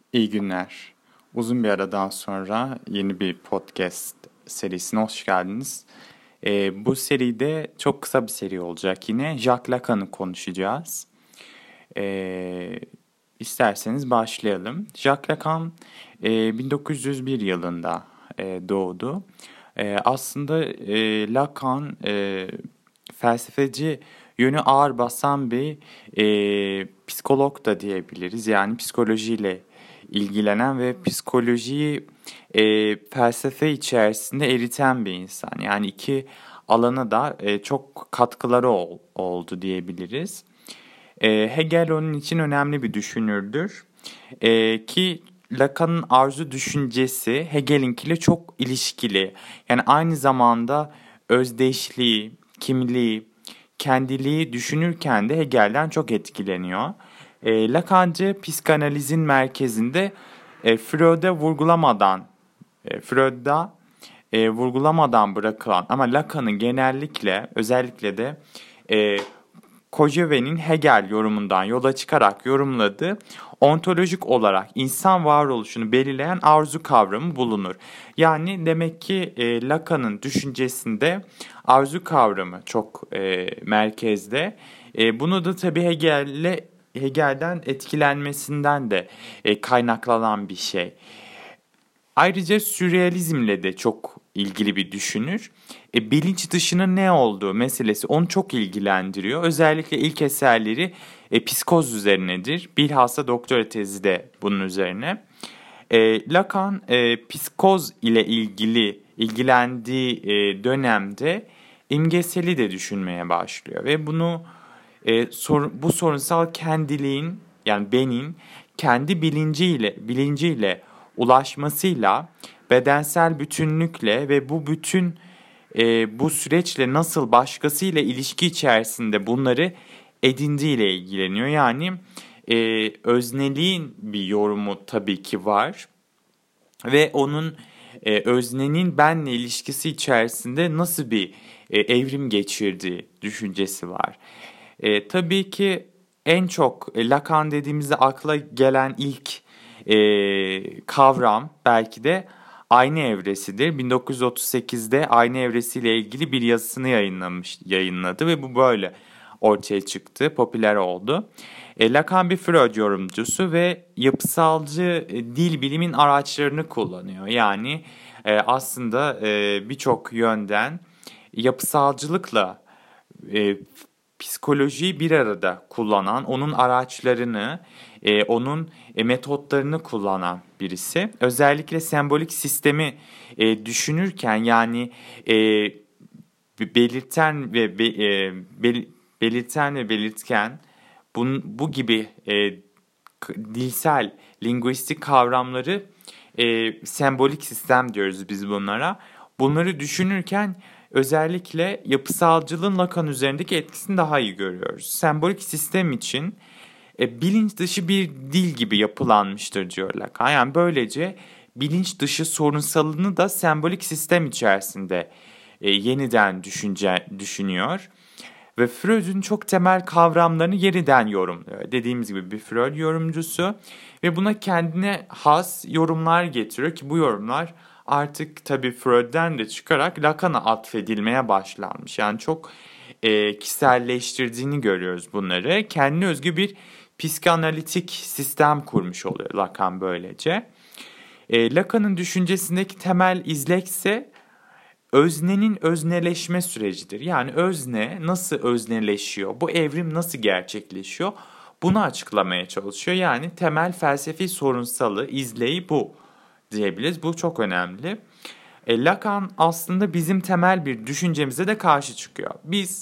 İyi günler. Uzun bir aradan sonra yeni bir podcast serisine hoş geldiniz. Bu seride çok kısa bir seri olacak yine. Jacques Lacan'ı konuşacağız. Ee, isterseniz başlayalım. Jacques Lacan 1901 yılında doğdu. Aslında Lacan felsefeci yönü ağır basan bir psikolog da diyebiliriz. Yani psikolojiyle ilgilenen ve psikolojiyi felsefe içerisinde eriten bir insan. Yani iki alana da çok katkıları oldu diyebiliriz. Hegel onun için önemli bir düşünürdür. Ki Lacan'ın arzu düşüncesi Hegel'inkiyle çok ilişkili. Yani aynı zamanda özdeşliği, kimliği, kendiliği düşünürken de Hegel'den çok etkileniyor. Lacancı psikanalizin merkezinde Freud'a vurgulamadan bırakılan ama Lacan'ın genellikle özellikle de e, Kojeve'nin Hegel yorumundan yola çıkarak yorumladığı ontolojik olarak insan varoluşunu belirleyen arzu kavramı bulunur. Yani demek ki Lacan'ın düşüncesinde arzu kavramı çok merkezde. Bunu da tabii Hegel'den etkilenmesinden de kaynaklanan bir şey. Ayrıca sürrealizmle de çok ilgili bir düşünür. Bilinç dışının ne olduğu meselesi onu çok ilgilendiriyor. Özellikle ilk eserleri psikoz üzerinedir. Bilhassa doktora tezi de bunun üzerine. Lacan psikoz ile ilgilendiği dönemde imgeseli de düşünmeye başlıyor ve bu sorunsal kendiliğin yani benin kendi bilinciyle ulaşmasıyla bedensel bütünlükle ve bu süreçle nasıl başkasıyla ilişki içerisinde bunları edindiğiyle ilgileniyor. Yani özneliğin bir yorumu tabii ki var ve onun öznenin benle ilişkisi içerisinde nasıl bir evrim geçirdiği düşüncesi var. Tabii ki en çok Lacan dediğimizde akla gelen ilk kavram belki de ayna evresidir. 1938'de ayna evresiyle ilgili bir yazısını yayınladı ve bu böyle ortaya çıktı, popüler oldu. Lacan bir Freud yorumcusu ve yapısalcı dil bilimin araçlarını kullanıyor. Yani aslında birçok yönden yapısalcılıkla e, psikolojiyi bir arada kullanan, onun araçlarını, onun metotlarını kullanan birisi. Özellikle sembolik sistemi düşünürken yani e, belirten ve belirten ve belirtken bu gibi dilsel, linguistik kavramları sembolik sistem diyoruz biz bunlara. Bunları düşünürken özellikle yapısalcılığın Lacan üzerindeki etkisini daha iyi görüyoruz. Sembolik sistem için bilinç dışı bir dil gibi yapılanmıştır diyor Lacan. Yani böylece bilinç dışı sorunsalını da sembolik sistem içerisinde yeniden düşünüyor. Ve Freud'un çok temel kavramlarını yeniden yorumluyor. Dediğimiz gibi bir Freud yorumcusu ve buna kendine has yorumlar getiriyor ki bu yorumlar artık tabii Freud'den de çıkarak Lacan'a atfedilmeye başlanmış. Yani çok kişiselleştirdiğini görüyoruz bunları. Kendine özgü bir psikanalitik sistem kurmuş oluyor Lacan böylece. Lacan'ın düşüncesindeki temel izlekse öznenin özneleşme sürecidir. Yani özne nasıl özneleşiyor? Bu evrim nasıl gerçekleşiyor? Bunu açıklamaya çalışıyor. Yani temel felsefi sorunsalı izleyi bu diyebiliriz. Bu çok önemli. Lacan aslında bizim temel bir düşüncemize de karşı çıkıyor. Biz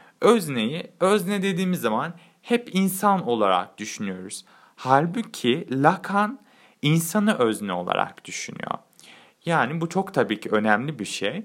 özne dediğimiz zaman hep insan olarak düşünüyoruz. Halbuki Lacan insanı özne olarak düşünüyor. Yani bu çok tabii ki önemli bir şey.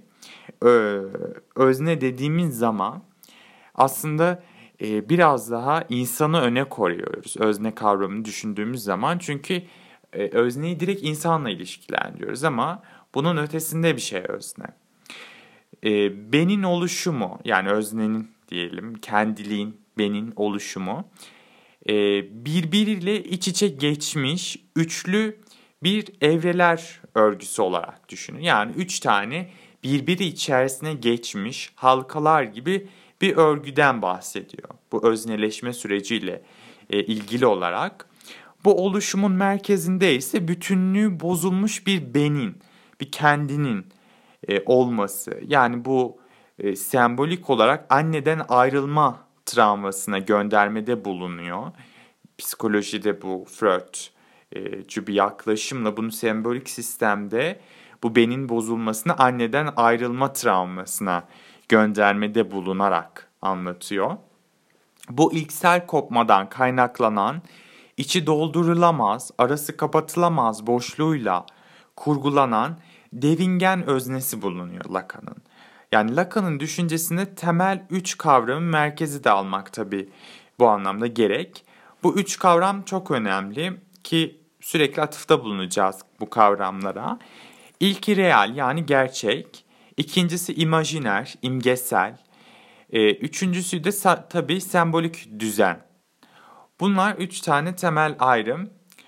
Özne dediğimiz zaman aslında biraz daha insanı öne koyuyoruz. Özne kavramını düşündüğümüz zaman çünkü özneyi direkt insanla ilişkilendiriyoruz ama bunun ötesinde bir şey özne. Benin oluşumu yani öznenin diyelim kendiliğin benin oluşumu birbiriyle iç içe geçmiş üçlü bir evreler örgüsü olarak düşünün. Yani 3 tane birbiri içerisine geçmiş halkalar gibi bir örgüden bahsediyor. Bu özneleşme süreciyle ilgili olarak. Bu oluşumun merkezinde ise bütünlüğü bozulmuş bir benin, bir kendinin olması. Yani bu sembolik olarak anneden ayrılma travmasına göndermede bulunuyor. Psikolojide bu Freud'cu bir yaklaşımla bunu sembolik sistemde bu benin bozulmasını anneden ayrılma travmasına göndermede bulunarak anlatıyor. Bu ilksel kopmadan kaynaklanan içi doldurulamaz, arası kapatılamaz boşluğuyla kurgulanan devingen öznesi bulunuyor Lacan'ın. Yani Lacan'ın düşüncesinde temel 3 kavramın merkezi de almak tabii bu anlamda gerek. Bu 3 kavram çok önemli ki sürekli atıfta bulunacağız bu kavramlara. İlki real yani gerçek, ikincisi imajiner, imgesel, üçüncüsü de tabii sembolik düzen. Bunlar 3 tane temel ayrım.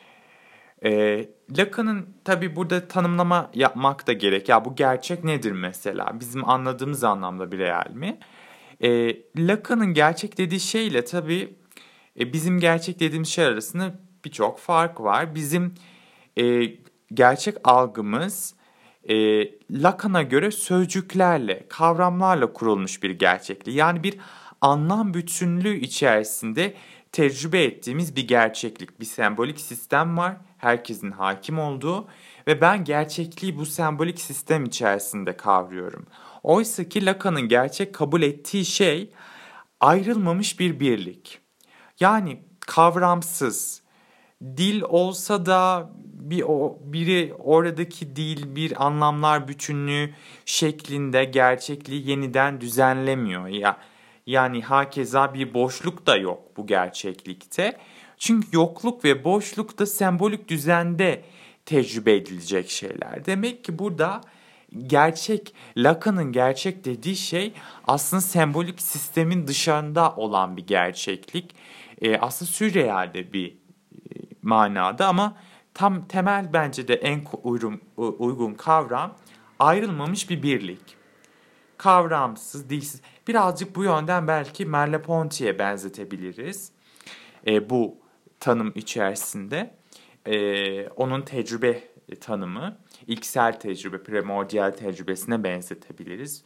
Lacan'ın tabii burada tanımlama yapmak da gerek. Ya bu gerçek nedir mesela? Bizim anladığımız anlamda bir real mi? Lacan'ın gerçek dediği şeyle tabii bizim gerçek dediğimiz şey arasında birçok fark var. Bizim gerçek algımız Lacan'a göre sözcüklerle, kavramlarla kurulmuş bir gerçeklik. Yani bir anlam bütünlüğü içerisinde tecrübe ettiğimiz bir gerçeklik, bir sembolik sistem var. Herkesin hakim olduğu ve ben gerçekliği bu sembolik sistem içerisinde kavruyorum. Oysa ki Lacan'ın gerçek kabul ettiği şey ayrılmamış bir birlik. Yani kavramsız, dil olsa da biri oradaki dil bir anlamlar bütünlüğü şeklinde gerçekliği yeniden düzenlemiyor. Yani hakeza bir boşluk da yok bu gerçeklikte. Çünkü yokluk ve boşluk da sembolik düzende tecrübe edilecek şeyler. Demek ki burada Lacan'ın gerçek dediği şey aslında sembolik sistemin dışında olan bir gerçeklik. Aslında sürrealde bir manada ama tam temel bence de en uygun kavram ayrılmamış bir birlik. Kavramsız, dilsiz. Birazcık bu yönden belki Merleau-Ponty'ye benzetebiliriz. Bu tanım içerisinde. Onun tecrübe tanımı, ilksel tecrübe, primordial tecrübesine benzetebiliriz.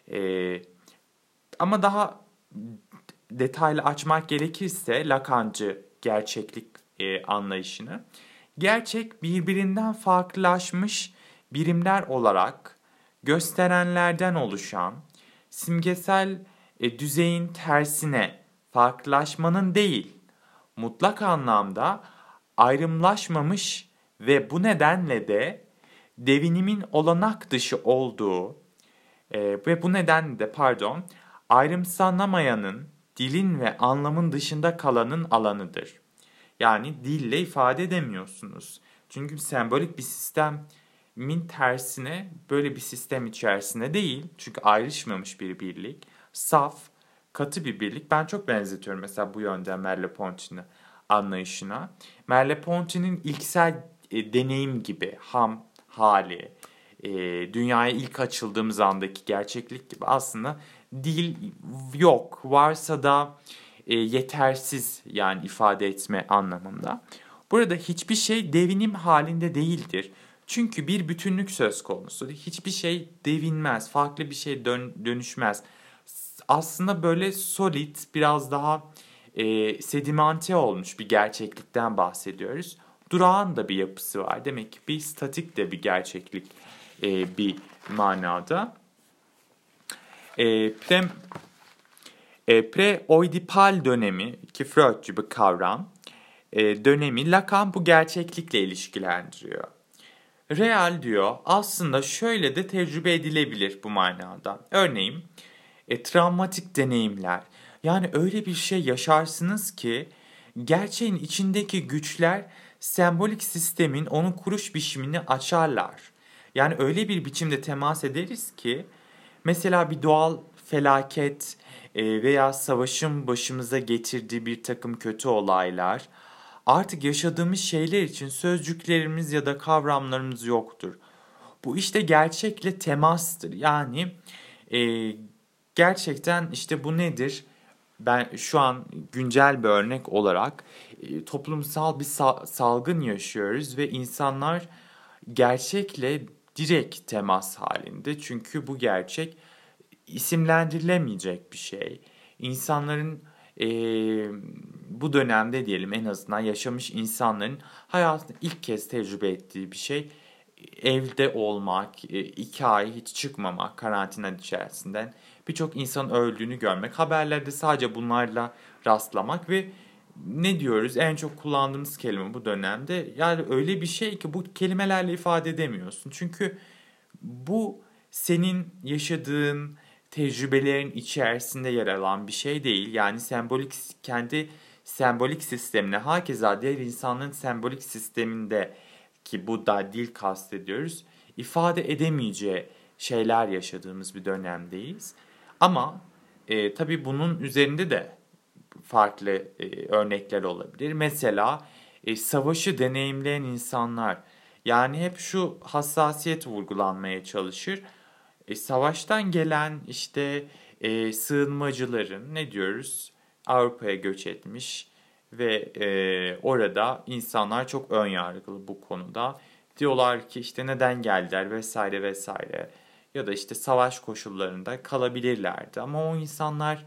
Ama daha detaylı açmak gerekirse Lacancı gerçeklik anlayışını, gerçek birbirinden farklılaşmış birimler olarak gösterenlerden oluşan simgesel düzeyin tersine farklılaşmanın değil, mutlak anlamda ayrımlaşmamış ve bu nedenle de devinimin olanak dışı olduğu ve bu nedenle de ayrımsanamayanın, dilin ve anlamın dışında kalanın alanıdır. Yani dille ifade edemiyorsunuz. Çünkü sembolik bir sistemin tersine böyle bir sistem içerisinde değil. Çünkü ayrışmamış bir birlik. Saf, katı bir birlik. Ben çok benzetiyorum mesela bu yönden Merleau-Ponty'nin anlayışına. Merleau-Ponty'nin ilksel deneyim gibi ham hali, dünyaya ilk açıldığımız andaki gerçeklik gibi aslında dil yok. Varsa da yetersiz yani ifade etme anlamında. Burada hiçbir şey devinim halinde değildir. Çünkü bir bütünlük söz konusu. Hiçbir şey devinmez, farklı bir şey dönüşmez. Aslında böyle solid, biraz daha sedimante olmuş bir gerçeklikten bahsediyoruz. Durağan da bir yapısı var. Demek ki bir statik de bir gerçeklik bir manada. Pre-oidipal dönemi ki Freudcu bir kavram dönemi Lacan bu gerçeklikle ilişkilendiriyor. Real diyor aslında şöyle de tecrübe edilebilir bu manada. Örneğin travmatik deneyimler. Yani öyle bir şey yaşarsınız ki gerçeğin içindeki güçler sembolik sistemin onun kuruş biçimini açarlar. Yani öyle bir biçimde temas ederiz ki mesela bir doğal felaket veya savaşın başımıza getirdiği bir takım kötü olaylar, artık yaşadığımız şeyler için sözcüklerimiz ya da kavramlarımız yoktur. Bu işte gerçekle temastır. Yani e, gerçekten işte bu nedir? Ben şu an güncel bir örnek olarak toplumsal bir salgın yaşıyoruz ve insanlar gerçekle direkt temas halinde. Çünkü bu gerçek isimlendirilemeyecek bir şey. İnsanların bu dönemde diyelim en azından yaşamış insanların hayatını ilk kez tecrübe ettiği bir şey. Evde olmak, 2 ay hiç çıkmamak karantina içerisinden birçok insan öldüğünü görmek, haberlerde sadece bunlarla rastlamak ve ne diyoruz? En çok kullandığımız kelime bu dönemde. Yani öyle bir şey ki bu kelimelerle ifade edemiyorsun. Çünkü bu senin yaşadığın tecrübelerin içerisinde yer alan bir şey değil. Yani kendi sembolik sistemine, hakeza diğer insanların sembolik sisteminde ki bu da dil kastediyoruz, ifade edemeyeceği şeyler yaşadığımız bir dönemdeyiz. Ama tabii bunun üzerinde de farklı örnekler olabilir. Mesela savaşı deneyimleyen insanlar, yani hep şu hassasiyet vurgulanmaya çalışır. Savaştan gelen işte sığınmacıların ne diyoruz? Avrupa'ya göç etmiş ve orada insanlar çok ön yargılı bu konuda. Diyorlar ki işte neden geldiler vesaire vesaire. Ya da işte savaş koşullarında kalabilirlerdi. Ama o insanlar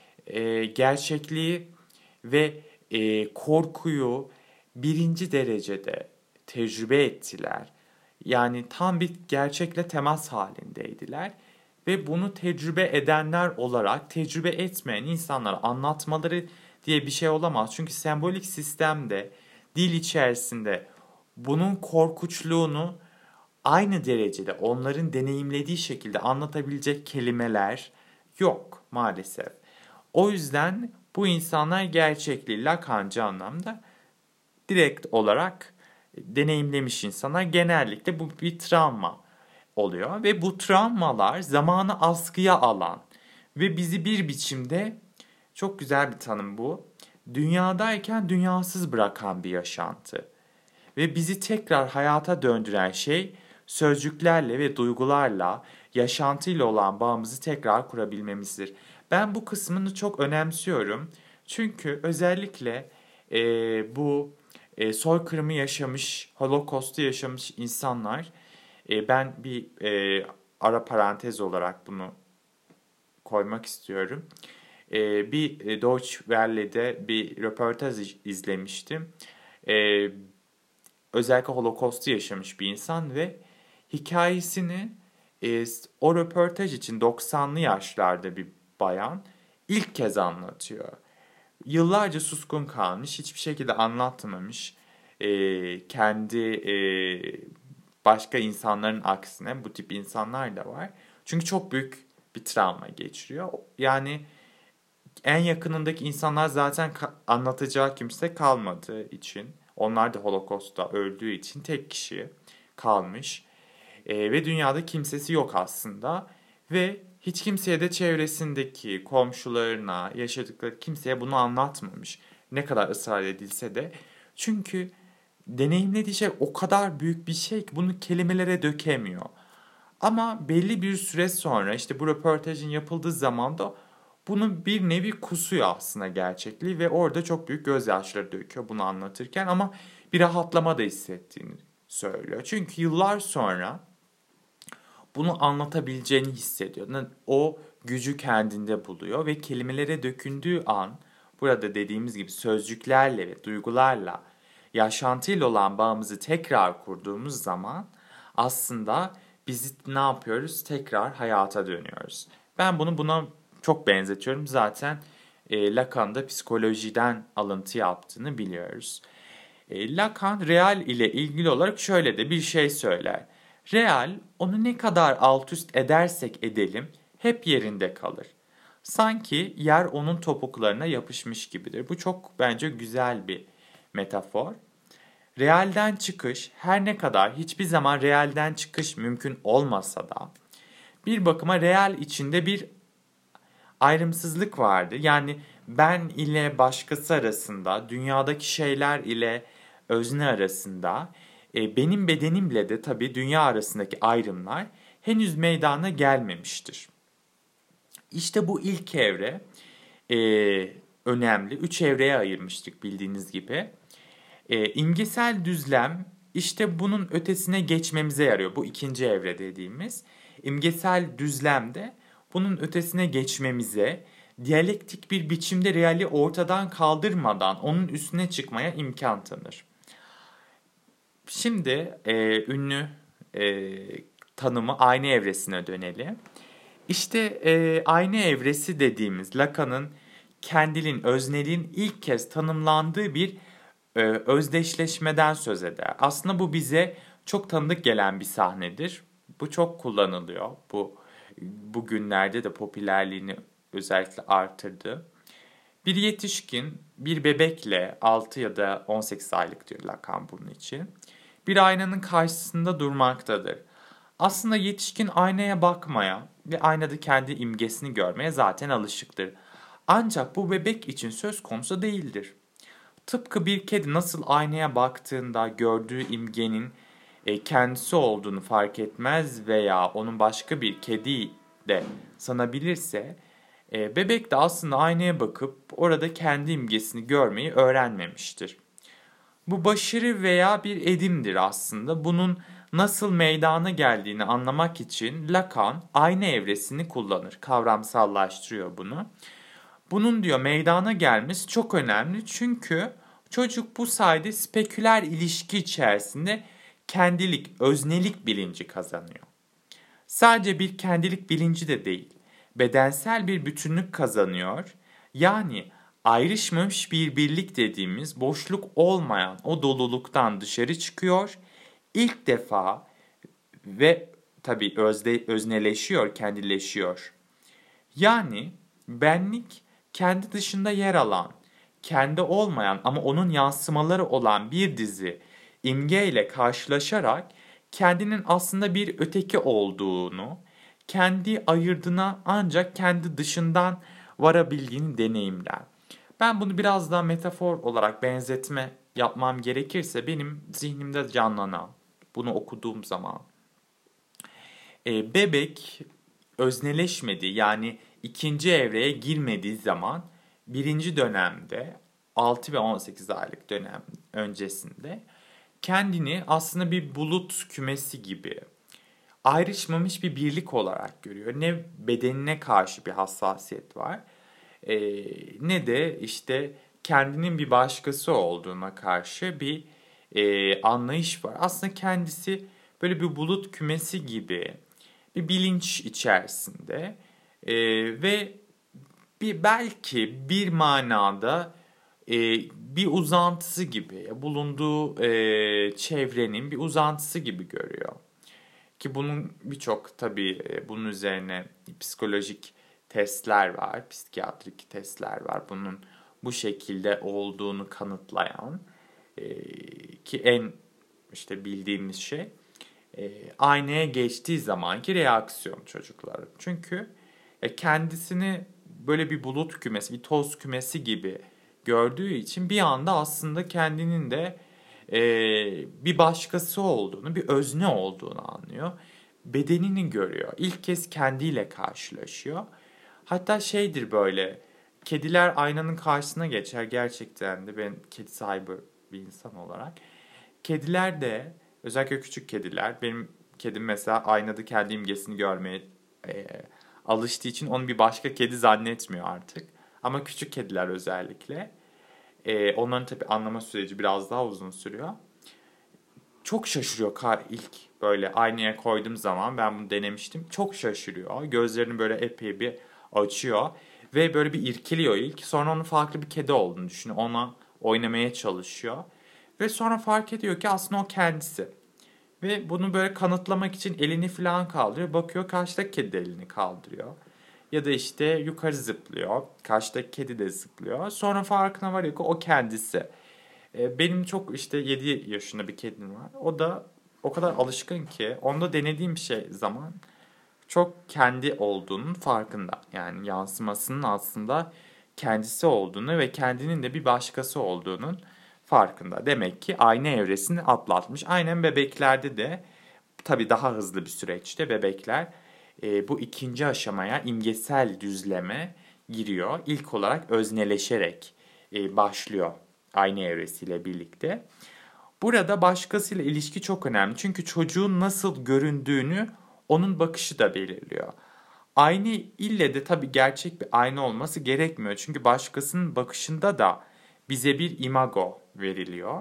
gerçekliği ve korkuyu birinci derecede tecrübe ettiler. Yani tam bir gerçekle temas halindeydiler. Ve bunu tecrübe edenler olarak tecrübe etmeyen insanlara anlatmaları diye bir şey olamaz. Çünkü sembolik sistemde, dil içerisinde bunun korkunçluğunu aynı derecede onların deneyimlediği şekilde anlatabilecek kelimeler yok maalesef. O yüzden bu insanlar gerçekliği Lacancı anlamda direkt olarak deneyimlemiş insanlar. Genellikle bu bir travma oluyor ve bu travmalar zamanı askıya alan ve bizi bir biçimde, çok güzel bir tanım bu, dünyadayken dünyasız bırakan bir yaşantı. Ve bizi tekrar hayata döndüren şey sözcüklerle ve duygularla, yaşantıyla olan bağımızı tekrar kurabilmemizdir. Ben bu kısmını çok önemsiyorum. Çünkü özellikle bu soykırımı yaşamış, Holocaust'u yaşamış insanlar, ben bir ara parantez olarak bunu koymak istiyorum. Bir Deutsche Welle'de bir röportaj izlemiştim. E, Özellikle Holocaust'u yaşamış bir insan ve hikayesini o röportaj için 90'lı yaşlarda bir bayan ilk kez anlatıyor. Yıllarca suskun kalmış, hiçbir şekilde anlatmamış. Kendi başka insanların aksine bu tip insanlar da var. Çünkü çok büyük bir travma geçiriyor. Yani en yakınındaki insanlar zaten anlatacağı kimse kalmadığı için, onlar da Holocaust'ta öldüğü için tek kişi kalmış. Ve dünyada kimsesi yok aslında. Ve hiç kimseye de çevresindeki komşularına, yaşadıkları kimseye bunu anlatmamış. Ne kadar ısrar edilse de. Çünkü deneyimlediği şey o kadar büyük bir şey ki bunu kelimelere dökemiyor. Ama belli bir süre sonra işte bu röportajın yapıldığı zaman da bunu bir nevi kusuyor aslında gerçekliği ve orada çok büyük gözyaşları döküyor bunu anlatırken, ama bir rahatlama da hissettiğini söylüyor. Çünkü yıllar sonra bunu anlatabileceğini hissediyor. O gücü kendinde buluyor ve kelimelere dökündüğü an, burada dediğimiz gibi sözcüklerle ve duygularla yaşantıyla olan bağımızı tekrar kurduğumuz zaman aslında biz ne yapıyoruz? Tekrar hayata dönüyoruz. Ben bunu buna çok benzetiyorum. Zaten Lacan'da psikolojiden alıntı yaptığını biliyoruz. Lacan real ile ilgili olarak şöyle de bir şey söyler. Real, onu ne kadar alt üst edersek edelim hep yerinde kalır. Sanki yer onun topuklarına yapışmış gibidir. Bu çok bence güzel bir metafor. Realden çıkış, her ne kadar hiçbir zaman realden çıkış mümkün olmasa da bir bakıma real içinde bir ayrımsızlık vardı. Yani ben ile başkası arasında, dünyadaki şeyler ile özne arasında, benim bedenimle de tabii dünya arasındaki ayrımlar henüz meydana gelmemiştir. İşte bu ilk evre e, önemli. Üç evreye ayırmıştık bildiğiniz gibi. İmgesel düzlem işte bunun ötesine geçmemize yarıyor. Bu ikinci evre dediğimiz. İmgesel düzlemde bunun ötesine geçmemize, diyalektik bir biçimde reali ortadan kaldırmadan onun üstüne çıkmaya imkan tanır. Şimdi ünlü e, tanımı ayna evresine dönelim. İşte ayna evresi dediğimiz Lacan'ın kendiliğin, özneliğin ilk kez tanımlandığı bir özdeşleşmeden söz eder. Aslında bu bize çok tanıdık gelen bir sahnedir. Bu çok kullanılıyor. Bugünlerde de popülerliğini özellikle artırdı. Bir yetişkin bir bebekle 6 ya da 18 aylık diyor Lacan bunun için. Bir aynanın karşısında durmaktadır. Aslında yetişkin aynaya bakmaya ve aynada kendi imgesini görmeye zaten alışıktır. Ancak bu bebek için söz konusu değildir. Tıpkı bir kedi nasıl aynaya baktığında gördüğü imgenin kendisi olduğunu fark etmez veya onun başka bir kedi de sanabilirse, bebek de aslında aynaya bakıp orada kendi imgesini görmeyi öğrenmemiştir. Bu başarı veya bir edimdir aslında. Bunun nasıl meydana geldiğini anlamak için Lacan ayna evresini kullanır. Kavramsallaştırıyor bunu. Bunun diyor meydana gelmesi çok önemli çünkü çocuk bu sayede speküler ilişki içerisinde kendilik, öznelik bilinci kazanıyor. Sadece bir kendilik bilinci de değil, bedensel bir bütünlük kazanıyor. Yani ayrışmamış bir birlik dediğimiz boşluk olmayan o doluluktan dışarı çıkıyor. İlk defa ve tabii özneleşiyor, kendileşiyor. Yani benlik kendi dışında yer alan, kendi olmayan ama onun yansımaları olan bir dizi imge ile karşılaşarak kendinin aslında bir öteki olduğunu, kendi ayırdığına ancak kendi dışından varabildiğini deneyimler. Ben bunu biraz daha metafor olarak benzetme yapmam gerekirse benim zihnimde canlanan, bunu okuduğum zaman bebek özneleşmediği yani ikinci evreye girmediği zaman birinci dönemde 6 ve 18 aylık dönem öncesinde kendini aslında bir bulut kümesi gibi ayrışmamış bir birlik olarak görüyor. Ne bedenine karşı bir hassasiyet var ne de işte kendinin bir başkası olduğuna karşı bir anlayış var. Aslında kendisi böyle bir bulut kümesi gibi bir bilinç içerisinde ve belki bir manada bir uzantısı gibi bulunduğu çevrenin bir uzantısı gibi görüyor. Ki bunun birçok tabii bunun üzerine psikolojik testler var, psikiyatrik testler var. Bunun bu şekilde olduğunu kanıtlayan ki en işte bildiğimiz şey aynaya geçtiği zamanki reaksiyon çocukların. Çünkü kendisini böyle bir bulut kümesi, bir toz kümesi gibi gördüğü için bir anda aslında kendinin de bir başkası olduğunu, bir özne olduğunu anlıyor. Bedenini görüyor. İlk kez kendiyle karşılaşıyor. Hatta şeydir böyle, kediler aynanın karşısına geçer gerçekten de ben kedi sahibi bir insan olarak. Kediler de özellikle küçük kediler, benim kedim mesela aynada kendi imgesini görmeye e, alıştığı için onu bir başka kedi zannetmiyor artık. Ama küçük kediler özellikle. Onların tabii anlama süreci biraz daha uzun sürüyor. Çok şaşırıyor ilk böyle aynaya koyduğum zaman ben bunu denemiştim. Çok şaşırıyor. Gözlerini böyle epey bir açıyor. Ve böyle bir irkiliyor ilk. Sonra onun farklı bir kedi olduğunu düşünüyor. Ona oynamaya çalışıyor. Ve sonra fark ediyor ki aslında o kendisi. Ve bunu böyle kanıtlamak için elini falan kaldırıyor. Bakıyor karşıdaki kedi de elini kaldırıyor. Ya da işte yukarı zıplıyor. Karşıdaki kedi de zıplıyor. Sonra farkına varıyor ki o kendisi. Benim çok işte 7 yaşında bir kedim var. O da o kadar alışkın ki onda denediğim bir şey zaman çok kendi olduğunun farkında. Yani yansımasının aslında kendisi olduğunu ve kendinin de bir başkası olduğunun farkında. Demek ki ayna evresini atlatmış. Aynen bebeklerde de tabii daha hızlı bir süreçte bebekler bu ikinci aşamaya imgesel düzleme giriyor. İlk olarak özneleşerek başlıyor ayna evresiyle birlikte. Burada başkasıyla ilişki çok önemli. Çünkü çocuğun nasıl göründüğünü onun bakışı da belirliyor. Aynı ille de tabii gerçek bir ayna olması gerekmiyor. Çünkü başkasının bakışında da bize bir imago veriliyor.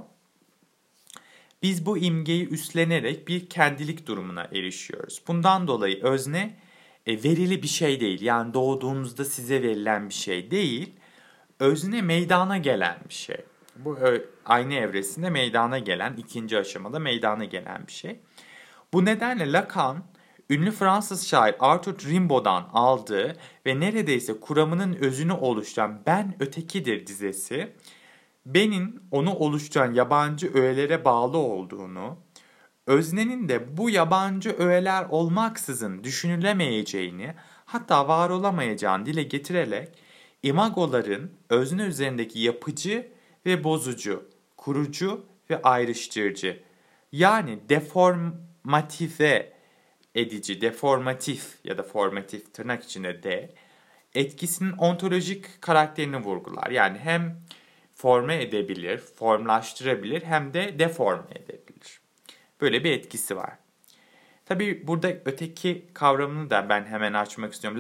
Biz bu imgeyi üstlenerek bir kendilik durumuna erişiyoruz. Bundan dolayı özne verili bir şey değil. Yani doğduğunuzda size verilen bir şey değil. Özne meydana gelen bir şey. Bu aynı evresinde meydana gelen, ikinci aşamada meydana gelen bir şey. Bu nedenle Lacan, ünlü Fransız şair Arthur Rimbaud'dan aldığı ve neredeyse kuramının özünü oluşturan "Ben ötekidir" dizesi, benin onu oluşturan yabancı öğelere bağlı olduğunu, öznenin de bu yabancı öğeler olmaksızın düşünülemeyeceğini, hatta var olamayacağını dile getirerek imagoların özne üzerindeki yapıcı ve bozucu, kurucu ve ayrıştırıcı, yani deformatife edici, deformatif ya da formatif tırnak içinde de etkisinin ontolojik karakterini vurgular. Yani hem forme edebilir, formlaştırabilir hem de deforme edebilir. Böyle bir etkisi var. Tabii burada öteki kavramını da ben hemen açmak istiyorum.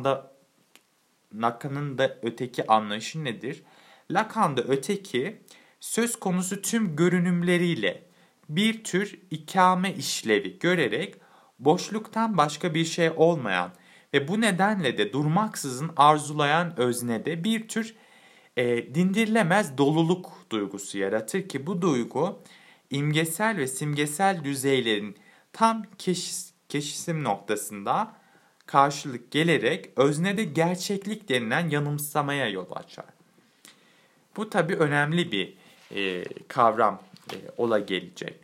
Lacan'ın da öteki anlayışı nedir? Lacan'da öteki söz konusu tüm görünümleriyle bir tür ikame işlevi görerek boşluktan başka bir şey olmayan ve bu nedenle de durmaksızın arzulayan öznede bir tür dindirilemez doluluk duygusu yaratır ki bu duygu imgesel ve simgesel düzeylerin tam keşisim noktasında karşılık gelerek öznede gerçeklik denilen yanımsamaya yol açar. Bu tabii önemli bir kavram ola gelecek.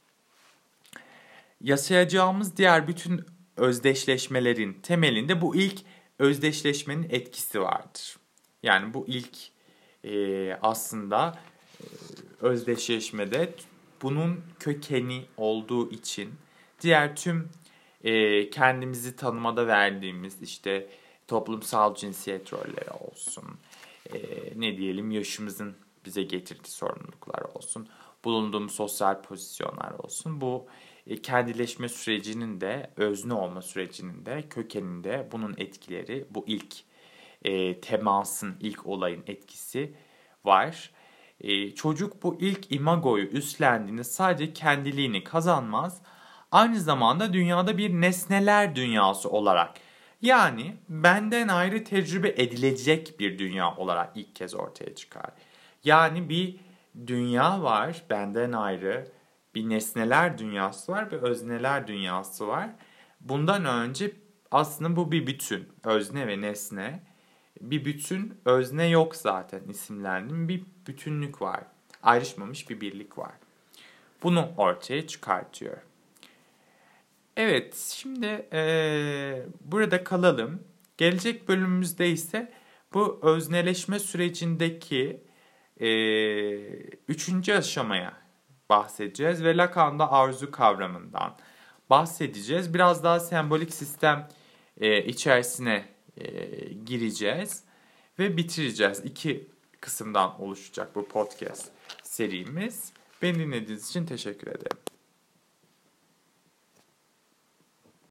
Yaşayacağımız diğer bütün özdeşleşmelerin temelinde bu ilk özdeşleşmenin etkisi vardır. Yani bu ilk aslında özdeşleşmede bunun kökeni olduğu için diğer tüm kendimizi tanımada verdiğimiz işte toplumsal cinsiyet rolleri olsun, ne diyelim yaşımızın bize getirdiği sorumluluklar olsun, bulunduğumuz sosyal pozisyonlar olsun. Bu kendileşme sürecinin de özne olma sürecinin de kökeninde bunun etkileri, bu ilk temasın, ilk olayın etkisi var. Çocuk bu ilk imagoyu üstlendiğinde sadece kendiliğini kazanmaz, aynı zamanda dünyada bir nesneler dünyası olarak, yani benden ayrı tecrübe edilecek bir dünya olarak ilk kez ortaya çıkar. Yani bir dünya var, benden ayrı bir nesneler dünyası var, bir özneler dünyası var. Bundan önce aslında bu bir bütün, özne ve nesne. Bir bütün, özne yok zaten isimlendim. Bir bütünlük var. Ayrışmamış bir birlik var. Bunu ortaya çıkartıyor. Evet, şimdi burada kalalım. Gelecek bölümümüzde ise bu özneleşme sürecindeki üçüncü aşamaya bahsedeceğiz ve Lacan'da arzu kavramından bahsedeceğiz. Biraz daha sembolik sistem içerisine gireceğiz ve bitireceğiz. 2 kısımdan oluşacak bu podcast serimiz. Beni dinlediğiniz için teşekkür ederim.